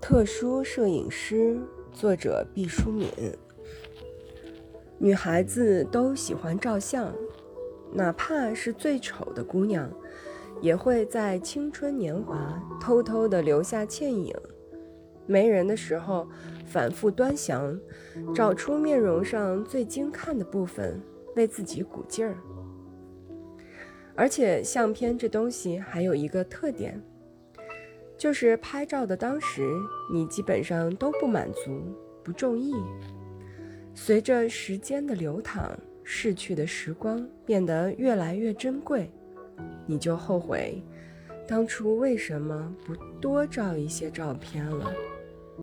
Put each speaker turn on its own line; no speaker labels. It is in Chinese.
特殊摄影师，作者毕淑敏。女孩子都喜欢照相，哪怕是最丑的姑娘，也会在青春年华偷偷地留下倩影。没人的时候，反复端详，找出面容上最精看的部分，为自己鼓劲儿。而且相片这东西还有一个特点，就是拍照的当时，你基本上都不满足，不中意。随着时间的流淌，逝去的时光变得越来越珍贵，你就后悔当初为什么不多照一些照片了。